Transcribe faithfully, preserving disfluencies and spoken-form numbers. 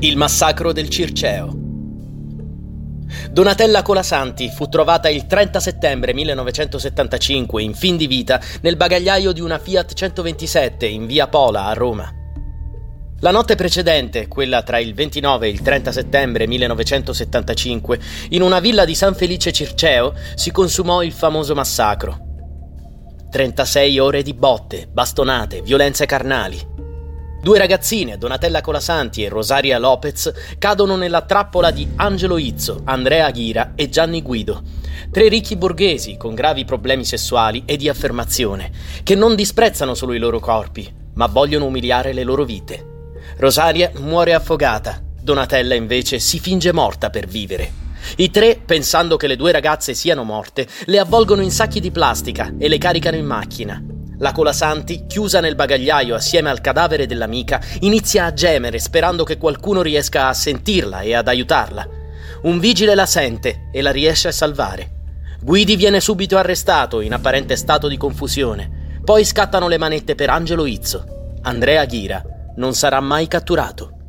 Il massacro del Circeo. Donatella Colasanti fu trovata il trenta settembre millenovecentosettantacinque in fin di vita nel bagagliaio di una Fiat centoventisette in via Pola a Roma. La notte precedente, quella tra il ventinove e il trenta settembre millenovecentosettantacinque, in una villa di San Felice Circeo si consumò il famoso massacro. trentasei ore di botte, bastonate, violenze carnali. Due ragazzine, Donatella Colasanti e Rosaria Lopez, cadono nella trappola di Angelo Izzo, Andrea Ghira e Gianni Guido, tre ricchi borghesi con gravi problemi sessuali e di affermazione, che non disprezzano solo i loro corpi, ma vogliono umiliare le loro vite. Rosaria muore affogata, Donatella invece si finge morta per vivere. I tre, pensando che le due ragazze siano morte, le avvolgono in sacchi di plastica e le caricano in macchina. La Colasanti, chiusa nel bagagliaio assieme al cadavere dell'amica, inizia a gemere sperando che qualcuno riesca a sentirla e ad aiutarla. Un vigile la sente e la riesce a salvare. Guidi viene subito arrestato in apparente stato di confusione. Poi scattano le manette per Angelo Izzo. Andrea Ghira non sarà mai catturato.